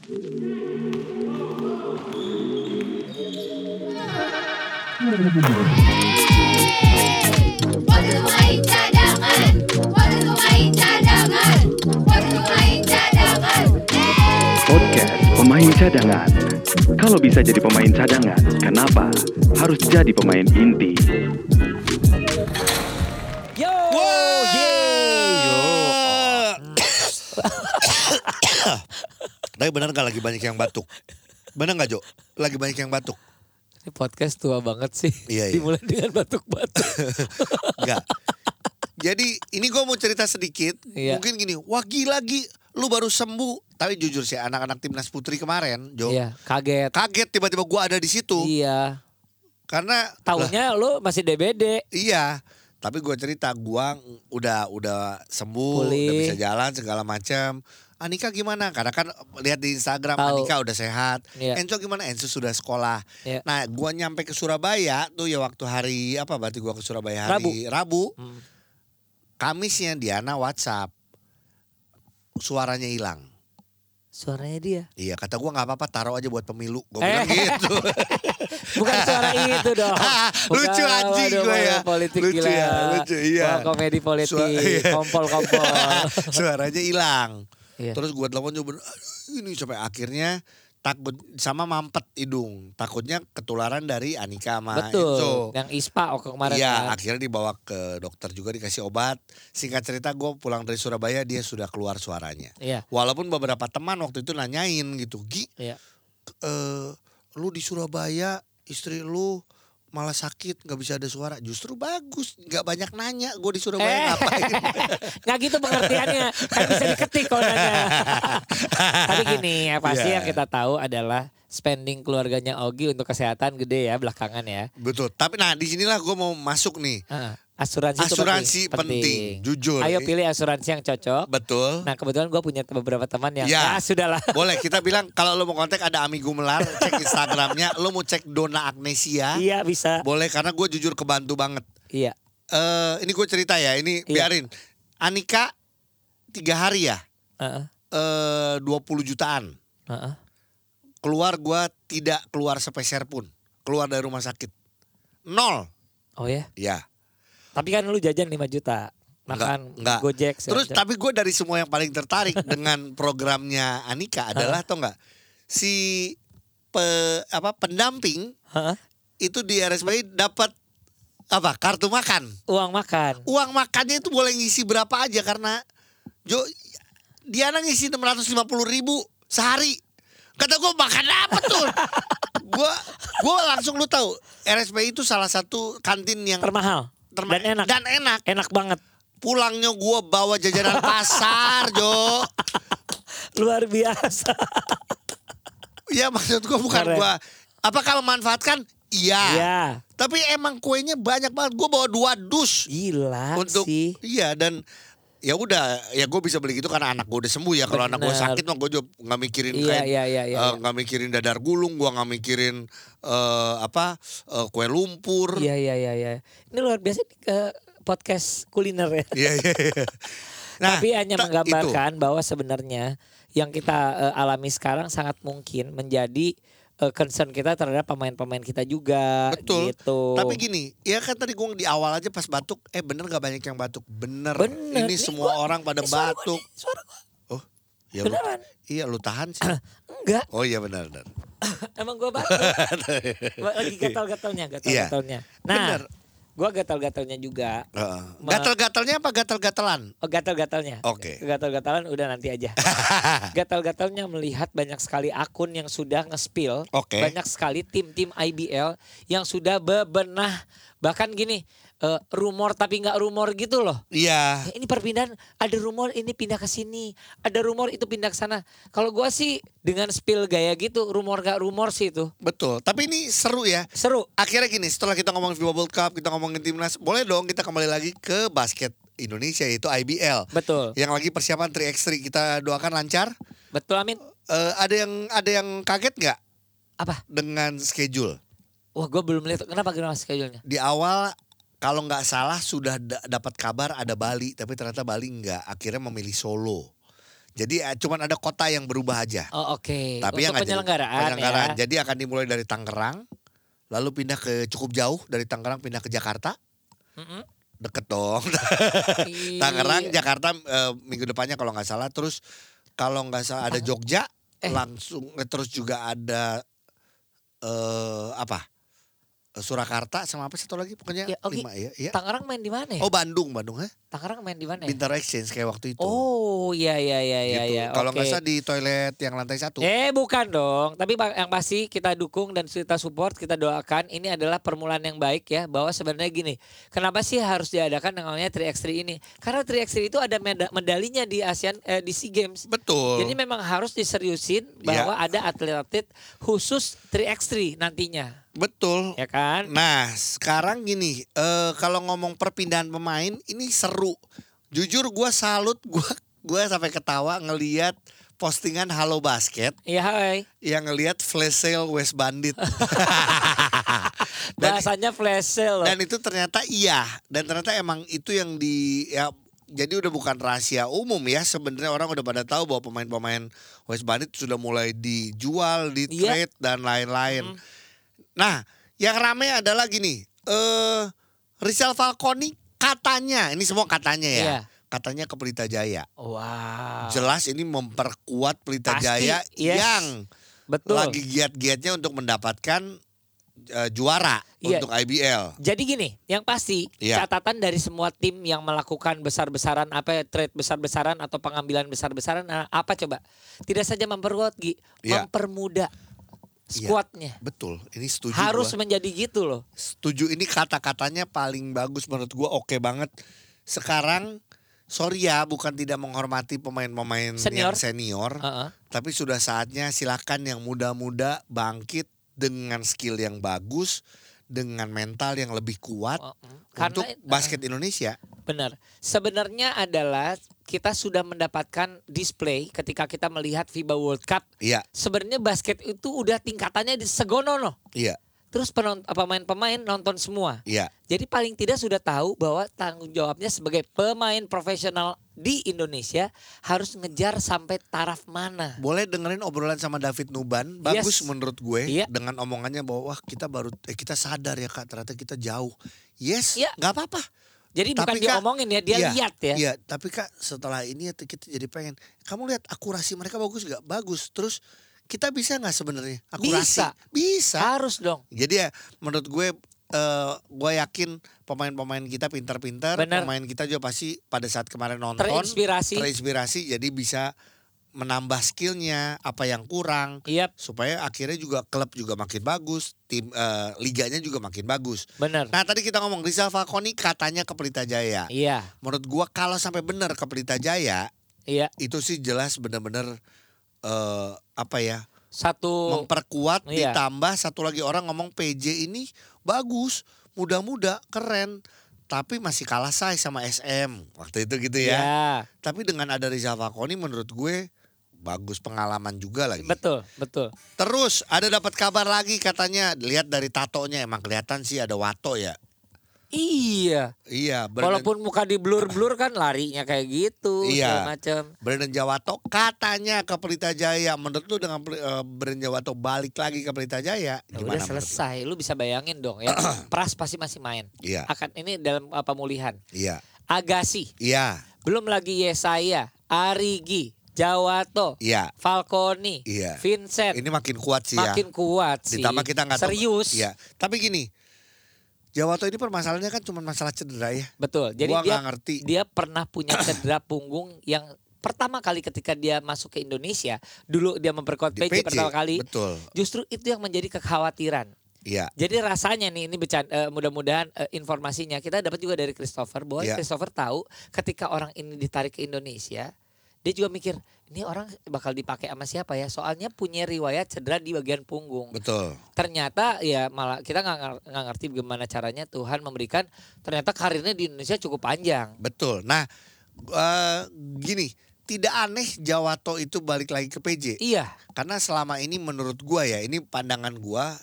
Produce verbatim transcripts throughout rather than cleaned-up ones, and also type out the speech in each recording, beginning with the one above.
Waktu main cadangan, waktu main cadangan, waktu main cadangan. Podcast Pemain Cadangan. Kalau bisa jadi pemain cadangan, kenapa harus jadi pemain inti? Yo, yeay, yo. Tapi benar gak lagi banyak yang batuk? Benar gak Jo? Lagi banyak yang batuk? Ini podcast tua banget sih. Iya, iya. Dimulai dengan batuk-batuk. Enggak. Jadi ini gue mau cerita sedikit. Iya. Mungkin gini, wah gila lagi, lu baru sembuh. Tapi jujur sih anak-anak timnas putri kemarin, Jo, Iya, kaget. kaget tiba-tiba gue ada di situ. Iya. Karena Taunya lu masih D B D. iya. Tapi gue cerita, gue udah udah sembuh, Pulih. udah bisa jalan segala macam. Anika gimana? Karena kan lihat di Instagram Tahu. Anika udah sehat. Iya. Enzo gimana? Enzo sudah sekolah. Iya. Nah, gue nyampe ke Surabaya tuh ya waktu hari apa? Berarti gue ke Surabaya hari Rabu. Hmm. Kamisnya Diana WhatsApp, suaranya hilang. Suaranya dia. Iya, kata gue nggak apa-apa, taruh aja buat pemilu. Gue Eh. bilang gitu. Bukan suara itu dong. Bukan, Lucu anjing waduh, gue ya. Politik Lucu gila. ya, lucu, iya. Wah, komedi politik, Sua- iya. kompol-kompol. Suaranya hilang. Iya. Terus gue telepon coba, aduh ini sampai akhirnya takut sama mampet hidung. Takutnya ketularan dari Anika sama Enzo. Betul. Yang ISPA waktu kemarin Iya, kan. akhirnya dibawa ke dokter juga, dikasih obat. Singkat cerita gue pulang dari Surabaya dia sudah keluar suaranya. Iya. Walaupun beberapa teman waktu itu nanyain gitu, Gi, Iya. eh, lu di Surabaya istri lu malah sakit nggak bisa ada suara. Justru bagus, nggak banyak nanya gue di Surabaya Eh. ngapain. Nggak gitu pengertiannya. Kan bisa diketik kalau nanya. Tapi gini, yang pasti Iya. yang kita tahu adalah spending keluarganya Ogi untuk kesehatan gede ya belakangan ya. Betul. Tapi nah disinilah gue mau masuk nih. Heeh. Asuransi, itu Asuransi penting. penting, jujur. Ayo pilih asuransi yang cocok. Betul. Nah kebetulan gue punya beberapa teman yang Ya. ya sudahlah. Boleh kita bilang kalau lu mau kontak ada Amigo Melar, cek Instagramnya. Lu mau cek Dona Agnesia, Iya bisa. boleh karena gue jujur kebantu banget. Iya. Eh ini gue cerita ya, ini Iya. biarin. Anika tiga hari ya, Heeh. eh dua puluh jutaan. Heeh. Keluar gue tidak keluar sepeser pun. Keluar dari rumah sakit. Nol. Oh ya. Ya. Tapi kan lu jajan lima juta. Makan Enggak. Gojek. Terus segala macam. tapi gue dari semua yang paling tertarik dengan programnya Anika adalah tau nggak, si pe, apa pendamping Heeh. itu di R S B I dapat apa kartu makan. Uang makan. Uang makannya itu boleh ngisi berapa aja karena Jo Diana ngisi enam ratus lima puluh ribu sehari. Kata gue makan apa tuh? Gue gue langsung lu tahu R S B I itu salah satu kantin yang Termahal. terma- Dan enak. Dan enak. Enak banget. Pulangnya gue bawa jajanan pasar, Jo. Luar biasa. Ya maksud gue bukan Keren. gue. Apakah memanfaatkan? Iya. Iya. Tapi emang kuenya banyak banget. Gue bawa dua dus Gila untuk sih. iya dan ya udah ya gue bisa beli gitu karena anak gue udah sembuh ya. Kalau anak gue Bener. sakit mah gue juga nggak mikirin Iya, kayak iya, iya, iya, eh, iya. nggak mikirin dadar gulung, gue nggak mikirin eh, apa eh, kue lumpur. Iya iya iya iya. Ini luar biasa nih ke podcast kuliner ya. Iya iya. iya. Nah, Tapi hanya ta- menggambarkan bahwa sebenarnya yang kita eh, alami sekarang sangat mungkin menjadi eh, concern kita terhadap pemain-pemain kita juga. Betul. Gitu. Tapi gini, ya kan tadi gue di awal aja pas batuk, eh bener gak banyak yang batuk? Bener. Bener. Ini Ini semua gua- orang pada Eh, suara gua batuk. nih, suara gua. Oh, ya lu, Beneran. iya lu tahan sih. Enggak, Oh iya benar benar. emang gue batuk. Gua lagi gatal-gatalnya, gatal-gatalnya. Nah, Bener. gue gatal-gatalnya juga. Heeh. Ma- Gatal-gatalnya apa gatal-gatalan? Oh gatal-gatalnya. Oke. Gatal-gatalan udah nanti aja. Gatal-gatalnya melihat banyak sekali akun yang sudah nge-spill. Oke. Banyak sekali tim-tim I B L yang sudah bebenah. Bahkan gini, eh, rumor tapi nggak rumor gitu loh. Iya. Eh, Ini perpindahan, ada rumor ini pindah ke sini. Ada rumor itu pindah ke sana. Kalau gua sih dengan spill gaya gitu, rumor gak rumor sih itu. Betul. Tapi ini seru ya. Seru. Akhirnya gini, setelah kita ngomongin FIFA World Cup, kita ngomongin timnas, boleh dong kita kembali lagi ke basket Indonesia yaitu I B L. Betul. Yang lagi persiapan tiga by tiga, kita doakan lancar. Betul Amin. Eh, ada yang ada yang kaget nggak Apa? dengan schedule? Wah gue belum lihat. Kenapa kenapa schedule-nya? Di awal kalau nggak salah sudah da- dapat kabar ada Bali, tapi ternyata Bali nggak. Akhirnya memilih Solo. Jadi eh, cuman ada kota yang berubah aja. Oh oke. Tapi yang Untuk nggak jadi- penyelenggaraan, penyelenggaraan. ya. Jadi akan dimulai dari Tangerang, lalu pindah ke cukup jauh dari Tangerang pindah ke Jakarta. Mm-mm. Deket dong. Iya. Tangerang, Jakarta eh, minggu depannya kalau nggak salah. Terus kalau nggak salah ada Jogja, Eh. langsung eh, terus juga ada eh apa? Surakarta sama apa satu lagi pokoknya Ya, oke. lima ya. ya. Tangerang main di mana ya? Oh Bandung, Bandung ha? Tangerang main di mana ya? Bintaro Exchange kayak waktu itu. Oh iya iya iya iya. gitu. iya, Kalau nggak oke. salah di toilet yang lantai satu. Eh bukan dong, tapi pa- yang pasti kita dukung dan kita support, kita doakan ini adalah permulaan yang baik ya. Bahwa sebenarnya gini, kenapa sih harus diadakan yang namanya tiga by tiga ini? Karena tiga by tiga itu ada meda- medalinya di ASEAN eh, di SEA Games. Betul. Jadi memang harus diseriusin bahwa ada atlet-atlet khusus tiga by tiga nantinya, Betul. ya kan? Nah sekarang gini, eh kalau ngomong perpindahan pemain ini seru. Jujur gue salut, gue gue sampai ketawa ngelihat postingan Halo Basket Iya hai. yang ngelihat flash sale West Bandit. dan, Bahasanya flash sale loh. dan itu ternyata iya, dan ternyata emang itu yang di ya. Jadi udah bukan rahasia umum ya, sebenarnya orang udah pada tahu bahwa pemain-pemain West Bandit sudah mulai dijual, di Iya. trade dan lain-lain. Hmm. Nah, yang rame adalah gini, eh Rizal Falconi katanya, ini semua katanya ya, Iya. katanya ke Pelita Jaya. Wow. Jelas ini memperkuat Pelita Pasti, Jaya yes. yang Betul. lagi giat-giatnya untuk mendapatkan eh, juara Iya. untuk I B L. Jadi gini, yang pasti Iya. catatan dari semua tim yang melakukan besar-besaran apa ya, trade besar-besaran atau pengambilan besar-besaran nah, apa coba? Tidak saja memperkuat Gi, Iya. mempermudah Iya. skuadnya. Betul, ini setuju Harus gua. menjadi gitu loh. Setuju, ini kata-katanya paling bagus menurut gua, oke banget. Sekarang sorry ya, bukan tidak menghormati pemain-pemain Senior. yang senior, Heeh. tapi sudah saatnya silakan yang muda-muda bangkit dengan skill yang bagus, dengan mental yang lebih kuat Oh, mm. Karena untuk basket Indonesia. benar. Sebenarnya adalah kita sudah mendapatkan display ketika kita melihat FIBA World Cup. Iya, Sebenarnya basket itu udah tingkatannya di segono. iya, Terus penon- pemain-pemain nonton semua. iya. Jadi paling tidak sudah tahu bahwa tanggung jawabnya sebagai pemain profesional di Indonesia harus ngejar sampai taraf mana. Boleh dengerin obrolan sama David Nuban, bagus Yes. menurut gue Iya. dengan omongannya bahwa wah kita baru eh kita sadar ya Kak, ternyata kita jauh. Yes, Iya. nggak apa-apa. Jadi Tapi bukan dia Kak, omongin ya, dia iya, lihat ya. Iya, tapi Kak setelah ini ya kita jadi pengen. Kamu lihat akurasi mereka bagus gak? Bagus. Terus kita bisa nggak sebenarnya akurasi? Bisa. Bisa. Harus dong. Jadi ya menurut gue eh gue yakin pemain-pemain kita pintar-pintar, Benar. pemain kita juga pasti pada saat kemarin nonton Terinspirasi. terinspirasi, jadi bisa menambah skillnya apa yang kurang Iya, supaya akhirnya juga klub juga makin bagus, tim eh, liganya juga makin bagus. benar. Nah tadi kita ngomong Rizal Falconi katanya ke Pelita Jaya. Iya, Menurut gua kalau sampai benar ke Pelita Jaya iya. itu sih jelas benar-benar eh, apa ya, Satu memperkuat. Iya. Ditambah satu lagi orang ngomong P J ini bagus, muda-muda, keren, tapi masih kalah size sama S M waktu itu gitu ya. ya, Tapi dengan ada Rizal Falconi menurut gue bagus, pengalaman juga lagi. betul, betul. Terus ada dapat kabar lagi katanya, lihat dari tatonya emang kelihatan sih ada Wato ya. Iya. Iya, Brandon, Walaupun muka di blur-blur kan larinya kayak gitu, Iya. segala macam. Brandon Jawato katanya ke Pelita Jaya. Menurut lu dengan uh, Brandon Jawato balik lagi ke Pelita Jaya Ya gimana? udah menurut selesai, lu bisa bayangin dong ya. Pras pasti masih main. lu? Iya, Akan ini dalam uh, pemulihan. iya, Agassi, iya, belum lagi Yesaya, Arigi, Jawato, iya, Falconi, iya. Vincent. Ini makin kuat sih ya. makin kuat sih. Ditambah kita nggak tahu- serius. Iya, tapi gini, Jawato ini permasalahannya kan cuma masalah cedera ya. Betul. Jadi Gua dia nggak ngerti. dia pernah punya cedera punggung yang pertama kali ketika dia masuk ke Indonesia, dulu dia memperkuat Di P J, pertama kali. Betul. Justru itu yang menjadi kekhawatiran. Iya, Jadi rasanya nih ini becan, eh, mudah-mudahan eh, informasinya kita dapat juga dari Christopher bahwa Iya. Christopher tahu ketika orang ini ditarik ke Indonesia, dia juga mikir ini orang bakal dipakai sama siapa ya? Soalnya punya riwayat cedera di bagian punggung. betul. Ternyata ya malah kita nggak ngar- nggak ngerti bagaimana caranya Tuhan memberikan ternyata karirnya di Indonesia cukup panjang. Betul. Nah, eh, gini, tidak aneh Jawato itu balik lagi ke P J. Iya, Karena selama ini menurut gua ya, ini pandangan gua,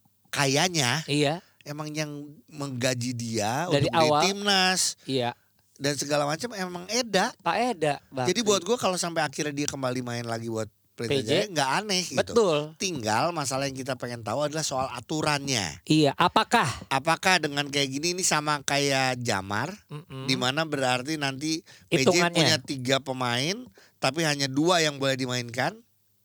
kayaknya iya, emang yang menggaji dia Dari untuk di awal. timnas iya. dan segala macam emang Eda. Pak Eda. Bakri. Jadi buat gue kalau sampai akhirnya dia kembali main lagi buat Pelita P J, Jaya nggak aneh gitu. betul. Tinggal masalah yang kita pengen tahu adalah soal aturannya. Iya, apakah? Apakah dengan kayak gini ini sama kayak Jamar, Mm-mm. di mana berarti nanti P J Hitungannya. punya tiga pemain, tapi hanya dua yang boleh dimainkan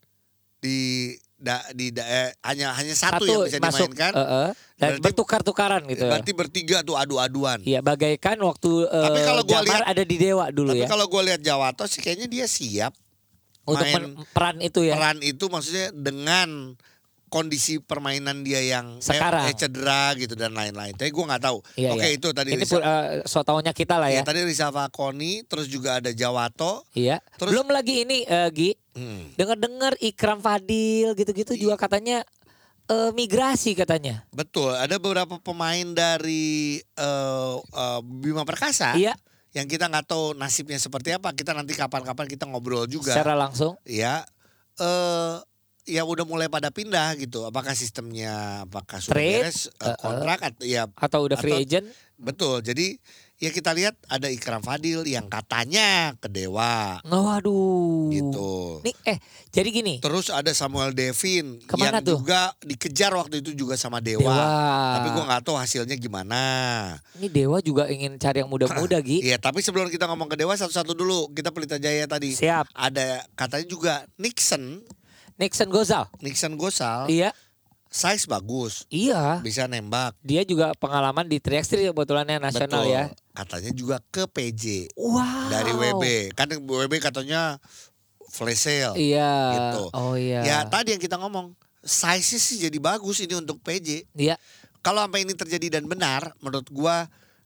di da, di da, eh, hanya hanya satu, yang bisa masuk, dimainkan. uh, uh, dan Berarti- bertukar-tukaran gitu. Berarti bertiga tuh adu-aduan. Iya, bagaikan waktu uh, Tapi kalau gua Jamar lihat- ada di Dewa dulu Tapi ya. kalau gue lihat Jawato sih kayaknya dia siap Untuk main men- peran itu ya. peran itu, maksudnya dengan kondisi permainan dia yang Sekarang. eh, cedera gitu dan lain-lain. Tapi gue nggak tahu. Iya, Oke iya. itu tadi Ini Rizal, uh, so taunya kita lah ya, ya. tadi Rizal Fakoni, terus juga ada Jawato. Iya. Terus- Belum lagi ini uh, Gi, Hmm. dengar-dengar Ikram Fadil gitu-gitu juga katanya uh, migrasi katanya. Betul, ada beberapa pemain dari eh, eh, Bima Perkasa Iya, yang kita nggak tahu nasibnya seperti apa. Kita nanti kapan-kapan kita ngobrol juga. secara langsung. Ya, eh ya udah mulai pada pindah gitu. Apakah sistemnya, apakah sudah Trade, beres, eh, uh-uh. kontrak atau ya Atau udah free Atau- agent. betul. Jadi ya kita lihat ada Ikram Fadil yang katanya ke Dewa Oh, waduh. gitu. Nih eh jadi gini. Terus ada Samuel Devin Kemana yang tuh? juga dikejar waktu itu juga sama Dewa. Dewa. Tapi gua nggak tahu hasilnya gimana. Ini Dewa juga ingin cari yang muda-muda Gi. Iya, tapi sebelum kita ngomong ke Dewa satu-satu dulu. Kita Pelita Jaya tadi. Siap. Ada katanya juga Nixon, Nixon Gozal. Nixon Gosal, Iya. size bagus, Iya. bisa nembak. Dia juga pengalaman di tiga x tiga kebetulannya nasional Betul. ya. Katanya juga ke P J Wow. dari W B. Kan W B katanya flash sale. Iya. Gitu. Oh iya. Ya tadi yang kita ngomong, size sih jadi bagus ini untuk P J. Iya. Kalau sampai ini terjadi dan benar, menurut gua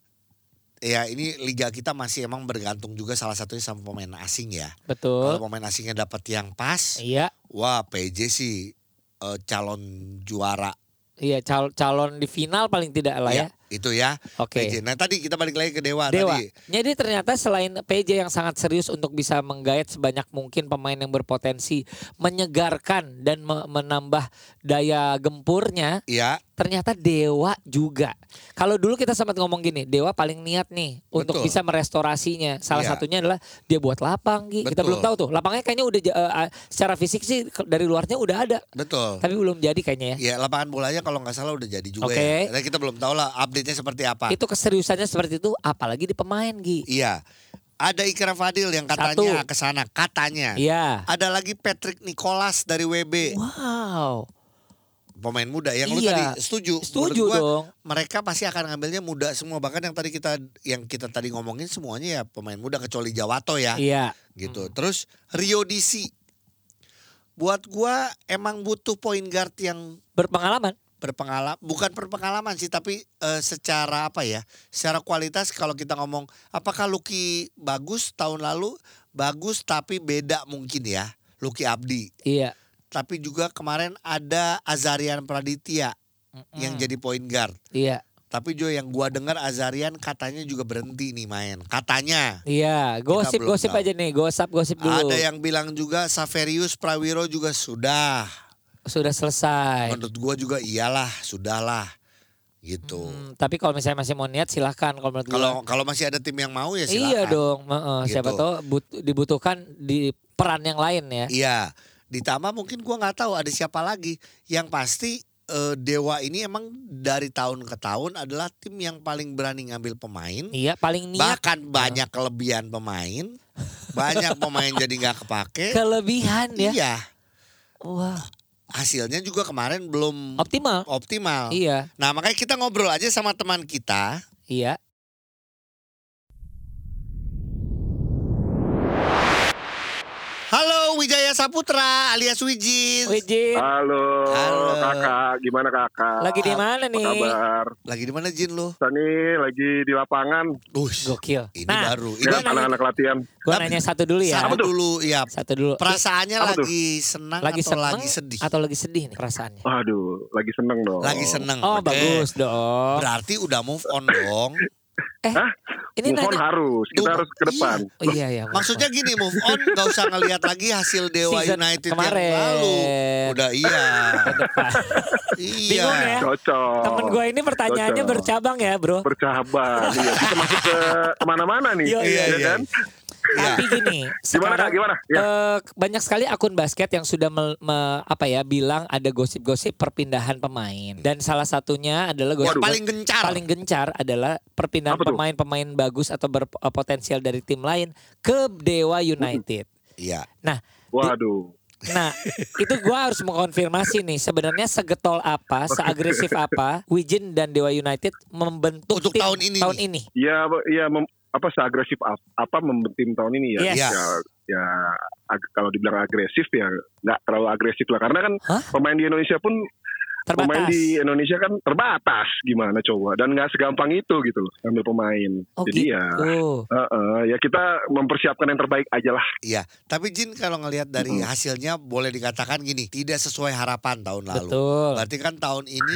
ya ini liga kita masih emang bergantung juga salah satunya sama pemain asing ya. Betul. Kalau pemain asingnya dapat yang pas, Iya. wah P J sih eh, calon juara. Iya cal- calon di final paling tidak lah ya. Itu ya. Oke. P J. Nah tadi kita balik lagi ke Dewa, Dewa. tadi. Jadi ternyata selain P J yang sangat serius untuk bisa menggait sebanyak mungkin pemain yang berpotensi, menyegarkan dan me- menambah daya gempurnya, Iya. ternyata Dewa juga. Kalau dulu kita sempat ngomong gini, Dewa paling niat nih untuk Betul. bisa merestorasinya. Salah Iya. satunya adalah dia buat lapang, Gi. Kita Betul. belum tahu tuh. Lapangnya kayaknya udah ja- eh, secara fisik sih ke- dari luarnya udah ada, Betul. tapi belum jadi kayaknya ya. Ya lapangan bolanya kalau nggak salah udah jadi juga Oke. ya. Nah, kita belum tahu lah update-nya seperti apa. Itu keseriusannya seperti itu, apalagi di pemain, Gi. Iya. Ada Ikram Fadil yang katanya Satu. ke sana, katanya. Iya. Ada lagi Patrick Nicholas dari W B, Wow. pemain muda yang lu Iya. tadi setuju. Setuju Menurut gua, dong. mereka pasti akan ngambilnya muda semua. Bahkan yang tadi kita yang kita tadi ngomongin semuanya ya pemain muda kecuali Jawato ya. Iya. Gitu. Terus Rio D C. Buat gua emang butuh point guard yang Berpengalaman. berpengalaman, bukan berpengalaman sih, tapi eh, secara apa ya, secara kualitas kalau kita ngomong, apakah Lucky bagus tahun lalu? Bagus tapi beda mungkin ya, Lucky Abdi. Iya. Tapi juga kemarin ada Azarian Praditya Mm-mm. yang jadi point guard. Iya. Tapi Jo yang gua dengar Azarian katanya juga berhenti nih main, katanya. Iya, gosip-gosip belum tahu. aja nih, gosip-gosip dulu. Ada yang bilang juga Saverius Prawiro juga sudah. Sudah selesai. Menurut gua juga iyalah, sudahlah. Gitu. Hmm, tapi kalau misalnya masih mau niat silahkan kalau menurut Kalau gua. kalau masih ada tim yang mau ya silakan. Iya dong, heeh, siapa Gitu. tahu but- dibutuhkan di peran yang lain ya. Iya. Ditambah mungkin gua nggak tahu ada siapa lagi. Yang pasti eh, Dewa ini emang dari tahun ke tahun adalah tim yang paling berani ngambil pemain. Iya, paling niat. Bahkan banyak kelebihan pemain. Banyak pemain jadi nggak kepake. Kelebihan ya. Iya. Wah, Hasilnya juga kemarin belum optimal. optimal. Iya, Nah makanya kita ngobrol aja sama teman kita. iya. Halo Wijaya Saputra alias Wijin. Wijin, Halo, Halo. kakak, gimana kakak? lagi di mana Apa nih? kabar? Lagi di mana Jin lu? Kita nih lagi di lapangan, Ush, Gokil. ini Nah, baru. Ini Gua lihat nanya- anak-anak latihan. Gue nanya satu dulu ya. Satu dulu ya. Satu dulu. Perasaannya Apa tuh? lagi senang lagi atau seneng lagi sedih? atau lagi sedih nih perasaannya? Waduh, lagi seneng dong. Lagi seneng. Oh, Oke. bagus dong. Berarti udah move on dong. Eh, Hah? ini Move on nanya. harus, kita Duh, harus ke depan. Oh, iya ya. Maksudnya gini, move on gak usah ngelihat lagi hasil Dewa Season United kemarin. yang lalu. Udah iya. iya. Bingung ya? Cocok. Temen gue ini pertanyaannya Cocok. bercabang ya, bro. Bercabang. Iya, kita masuk ke kemana-mana nih. Iya, iya, ya iya. kan? Iya. Tapi gini, Gimana, sekarang Kak? Gimana? Ya. eh, banyak sekali akun basket yang sudah mel- me- apa ya bilang ada gosip-gosip perpindahan pemain. Dan salah satunya adalah Yang gosip paling gencar. paling gencar adalah perpindahan Apa tuh? pemain-pemain bagus atau berpotensial dari tim lain ke Dewa United. Iya. Nah, Waduh. Nah, itu gua harus mengkonfirmasi nih. Sebenarnya segetol apa, seagresif apa Wijin dan Dewa United membentuk Untuk tim tahun ini tahun nih. ini. Ya, ya mem- apa seagresif ap- apa membentim tahun ini ya? Yes. Ya, ya ag- kalau dibilang agresif ya nggak terlalu agresif lah. Karena kan Hah? pemain di Indonesia pun pemain Terbatas. di Indonesia kan terbatas gimana coba dan nggak segampang itu gitu loh ambil pemain. Oh Jadi gitu. ya, uh-uh, ya kita mempersiapkan yang terbaik aja lah. Iya, tapi Jin kalau ngelihat dari Mm-mm. hasilnya boleh dikatakan gini, tidak sesuai harapan tahun lalu. Betul. Berarti kan tahun ini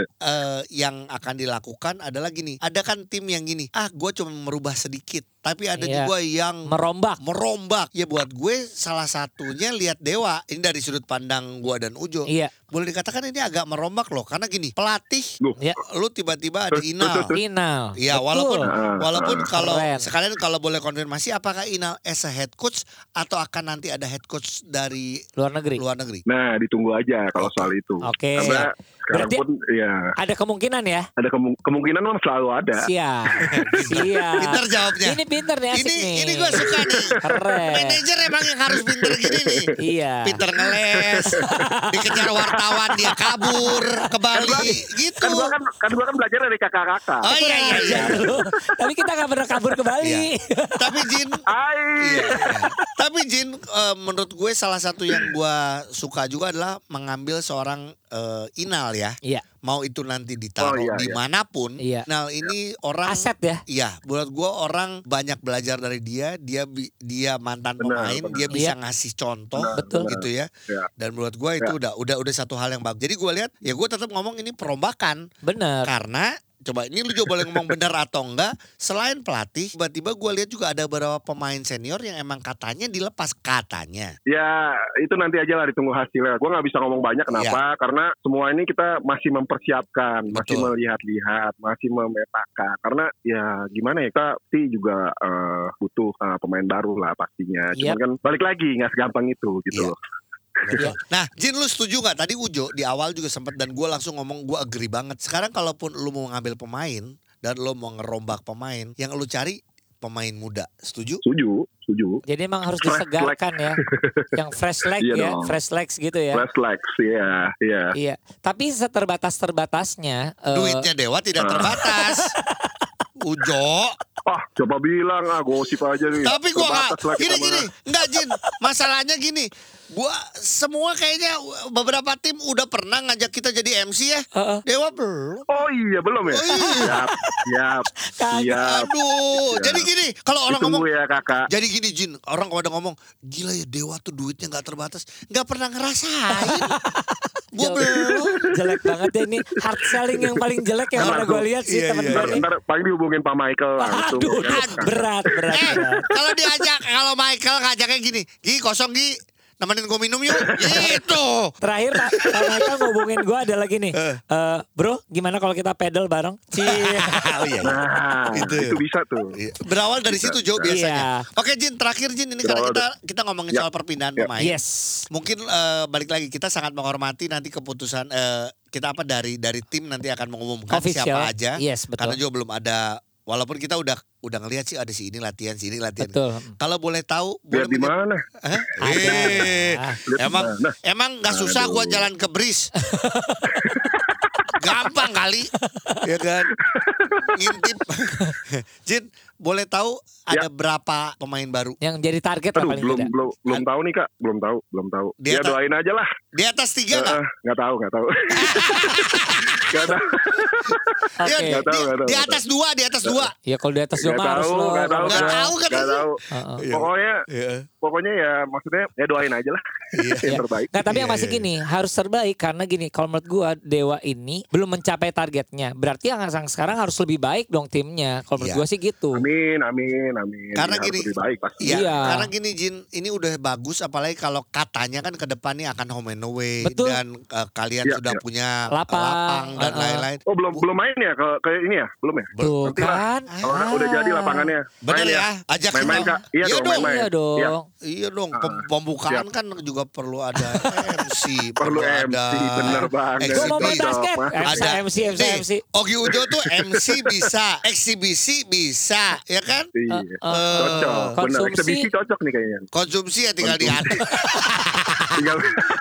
eh, yang akan dilakukan adalah gini. Ada kan tim yang gini, ah gue cuma merubah sedikit. Tapi ada Iya. juga yang Merombak. merombak. Ya buat gue salah satunya lihat Dewa. Ini dari sudut pandang gue dan Ujo. Iya. Boleh dikatakan ini agak merombak loh. Karena gini, pelatih Loh. Ya. lu tiba-tiba ada Inal. Final. Iya, Betul. walaupun Ah, walaupun ah. kalau Keren. sekalian kalau boleh konfirmasi apakah Inal as a head coach atau akan nanti ada head coach dari Luar negeri. luar negeri? Nah, ditunggu aja kalau soal itu. Oke. Karena sekarang Berarti- pun ya Ada kemungkinan ya? ada kemu- kemungkinan memang selalu ada. Siap. Siap. Pinter jawabnya. Ini pinter nih, asik Ini nih. ini gue suka nih. Keren. Manajer emang yang harus pinter gini nih. Iya. Pinter ngeles, dikejar wartawan dia kabur ke Bali gitu. Kan gua kan kan gua kan belajar dari kakak-kakak. Oh iya iya iya. Lu. Tapi kita gak pernah kabur ke Bali. Tapi Jin, Hai. iya, iya. Tapi Jin, eh, menurut gue salah satu yang gue suka juga adalah mengambil seorang eh, Inal ya. Iya. Mau itu nanti ditaruh Oh, iya, iya. dimanapun. Iya. Nah ini orang Aset ya. Iya, buat gue orang banyak belajar dari dia. Dia bi- dia mantan Benar, pemain, benar. dia bisa Iya. ngasih contoh, Benar, Betul. benar. gitu ya. Ya. Dan menurut gue itu Ya. udah udah udah satu hal yang bagus. Jadi gue lihat, ya gue tetap ngomong ini perombakan Bener. karena coba ini lu juga boleh ngomong benar atau enggak. Selain pelatih, tiba-tiba gue lihat juga ada beberapa pemain senior yang emang katanya dilepas katanya. Ya itu nanti aja lah ditunggu hasilnya. Gue nggak bisa ngomong banyak kenapa? Karena semua ini kita masih mempersiapkan, masih Betul. melihat-lihat, masih memetakan. Karena ya gimana ya kita pasti juga eh, butuh eh, pemain baru lah pastinya. Cuman Yap. kan balik lagi nggak segampang itu gitu Iya. loh. Betul. Nah, Jin lu setuju gak? Tadi Ujo di awal juga sempat dan gue langsung ngomong gue agree banget. Sekarang kalaupun lu mau ngambil pemain dan lu mau ngerombak pemain, yang lu cari pemain muda. Setuju? Setuju, setuju. Jadi emang harus Fresh disegarkan ya. Yang fresh leg Iya ya. dong. Fresh legs gitu ya. Flash legs, iya, iya. Iya. Tapi seterbatas-terbatasnya. eh, Duitnya Dewa tidak terbatas. Ujo. Ah, coba bilang ah gosip aja nih. Tapi gua Terbatas gak lah kita gini-gini. mah. Enggak Jin. Masalahnya gini. Gua semua kayaknya beberapa tim udah pernah ngajak kita jadi M C ya. Heeh. Dewa belum. Oh iya belum ya? Oh, iya. Siap, siap, Kagak. siap. Aduh. Ya. Jadi gini. Kalau orang Ditunggu ngomong. ya kakak. Jadi gini Jin. Orang pada ngomong. Gila ya Dewa tuh duitnya gak terbatas. Gak pernah ngerasain. Gua Jelek. belum. Jelek banget ya ini. Hard selling yang paling jelek yang pernah gue lihat sih Iya, teman iya, gue Ntar, nih. ntar paling dihubungin Pak Michael langsung. Aduh, ya. berat, berat, Eh, berat. kalau diajak, kalau Michael ngajaknya gini, Gi kosong Gi, nemenin gue minum yuk, gitu. Terakhir Pak Pak Michael ngubungin gue ada lagi nih. Eh, bro, gimana kalau kita pedal bareng? Cie. Oh iya. Nah, Itu. itu, bisa tuh. Iya. Berawal dari situ Jo biasanya. Oke Jin, terakhir Jin ini karena Berawal kita kita ngomongin Ya. soal perpindahan Ya. pemain. Yes. Mungkin eh, balik lagi kita sangat menghormati nanti keputusan eh, kita apa dari dari tim nanti akan mengumumkan Official. siapa aja. Yes, betul. Karena juga belum ada. Walaupun kita udah udah ngelihat sih ada si ini latihan, si ini latihan. Betul. Kalau boleh tahu, Lihat boleh di mana? Hah? Ada. Eh, Lihat emang di mana? emang nggak susah Aduh. gua jalan ke Bris. Gampang kali, ya kan? Ngintip. Jin, boleh tahu ada berapa pemain baru? Yang jadi target lah Aduh, paling belum tidak. belum belum tahu nih kak, belum tahu, belum tahu. Dia Ya tak- doain aja lah. Di atas tiga nggak? Eh, Nggak tahu, nggak tahu. Nggak tahu. Oke. Ya, Nggak tahu, di, nggak tahu, di nggak atas dua, di atas dua. Ya kalau di atas dua Nggak mah harus tahu, lo. nggak tahu, Nggak Kak. tahu kan? Nggak tahu. Heeh. Pokoknya, Iya. pokoknya ya maksudnya ya doain aja lah. Iya. Yang terbaik. Nah tapi yang Iya, masih iya. gini harus terbaik karena gini kalau menurut gua Dewa ini belum mencapai targetnya. Berarti yang yang sekarang harus lebih baik dong timnya. Kalau menurut Iya. gua sih gitu. Amin, amin, amin. Karena Ya, harus gini- lebih baik pasti. Iya, Iya. karena gini Jin, ini udah bagus apalagi kalau katanya kan ke depan nih akan home and away Betul. dan eh, kalian Iya, sudah iya. punya Lapang, lapang dan uh-uh. lain-lain. Oh belum belum main ya ke ke ini ya belum ya? Tuh Nanti lah. kan. Kalau Ah. udah jadi lapangannya. Bener Main ya, ajak Main-main kita. kak. Iya, Iya dong, dong. main-main. Iya dong. Iya. Iya dong, Ah, pem- pembukaan siap. kan juga perlu ada M C, Perlu M C, ada bener banget. Gua mau main eksibisi. basket. Mas. Ada M C, M C, Nih, M C. Ogi Ujo tuh M C bisa, eksibisi bisa, ya kan? Iya. Eh, Cocok. Bener. konsumsi- Eksebisi cocok nih kayaknya. Konsumsi ya tinggal di hati. Tinggal.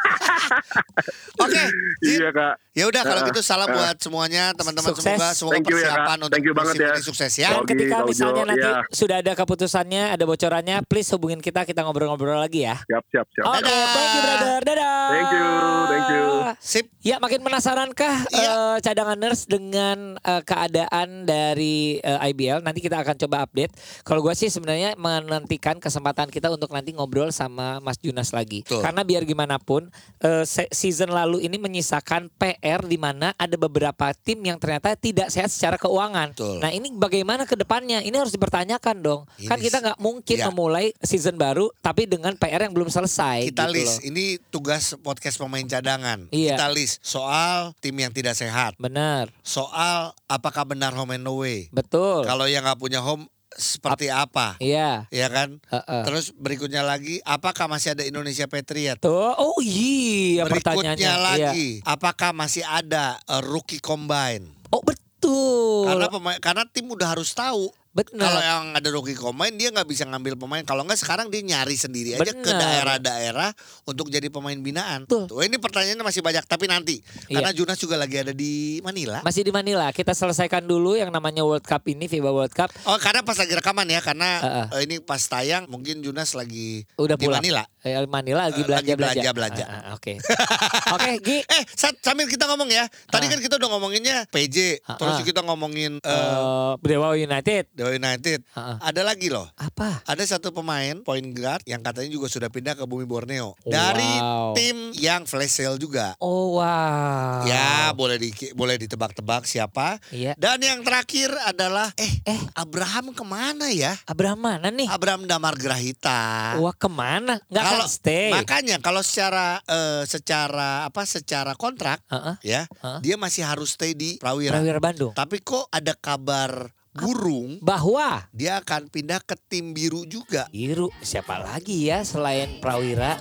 Oke, Jin. Iya kak. Ya udah kalau Ah, gitu salam ah. buat semuanya teman-teman, Sukses. semoga semoga Thank you ya, Kak. persiapan untuk Thank you banget musim ya. ini sukses ya. Dan Ogi, ketika Kak misalnya Ujo, nanti iya. sudah ada keputusannya, ada bocorannya, please hubungin kita, kita ngobrol-ngobrol lagi ya. Siap, siap, siap. Oke, Dadah. thank you brother. Dadah. Thank you, thank you. Sip. Ya, makin penasarankah Iya. eh, cadanganers dengan eh, keadaan dari eh, I B L? Nanti kita akan coba update. Kalau gue sih sebenarnya menantikan kesempatan kita untuk nanti ngobrol sama Mas Junas lagi. Betul. Karena biar gimana pun eh, se- season lalu ini menyisakan P R di mana ada beberapa tim yang ternyata tidak sehat secara keuangan. Betul. Nah, ini bagaimana ke depannya? Ini harus dipertanyakan dong. Ini Kan kita nggak mungkin ya. memulai season baru tapi dengan P R yang belum selesai. Kita gitu list, loh. ini tugas podcast pemain cadangan. Iya. Kita list soal tim yang tidak sehat, Benar, soal apakah benar home and away. betul. Kalau yang nggak punya home seperti apa, Iya. ya kan? Heeh. Terus berikutnya lagi, apakah masih ada Indonesia Patriot? Tuh, oh iya pertanyaannya. Berikutnya Iya. lagi, apakah masih ada uh, rookie combine? Oh betul. Karena pemain, karena tim udah harus tahu. Benar. Kalau yang ada rookie combine dia nggak bisa ngambil pemain. Kalau nggak sekarang dia nyari sendiri aja ke Bener. daerah-daerah untuk jadi pemain binaan. Betul. Tuh, ini pertanyaannya masih banyak tapi nanti Iya. karena Junas juga lagi ada di Manila. Masih di Manila. Kita selesaikan dulu yang namanya World Cup ini, FIBA World Cup. Oh karena pas lagi rekaman ya karena Heeh. eh, ini pas tayang mungkin Junas lagi Udah di pulang. Manila. Eh, Manila lagi Eh, belanja lagi belanja-belanja. Ah, ah, Oke. Oke, Gi. Eh Sat, sambil kita ngomong ya. Tadi Ah. kan kita udah ngomonginnya P J, Ah, terus ah. kita ngomongin eh Eh, Dewa United. Dewa United. Ah, ah. Ada lagi loh. Apa? Ada satu pemain point guard yang katanya juga sudah pindah ke bumi Borneo Wow. dari tim yang flash sale juga. Oh wow. Ya, boleh di boleh ditebak-tebak siapa. Iya. Dan yang terakhir adalah eh Eh, Abraham kemana ya? Abraham mana nih? Abraham Damar Grahita. Wah, kemana? Nggak akan Kalau stay. makanya kalau secara eh, secara apa secara kontrak Heeh. ya, Heeh. dia masih harus stay di Prawira. Prawira Bandung. Tapi kok ada kabar burung Bahwa dia akan pindah ke tim biru juga. Biru siapa lagi ya selain Prawira?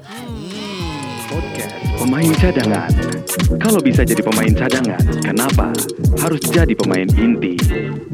Hmm. Podcast Pemain Cadangan. Kalau bisa jadi pemain cadangan, kenapa harus jadi pemain inti?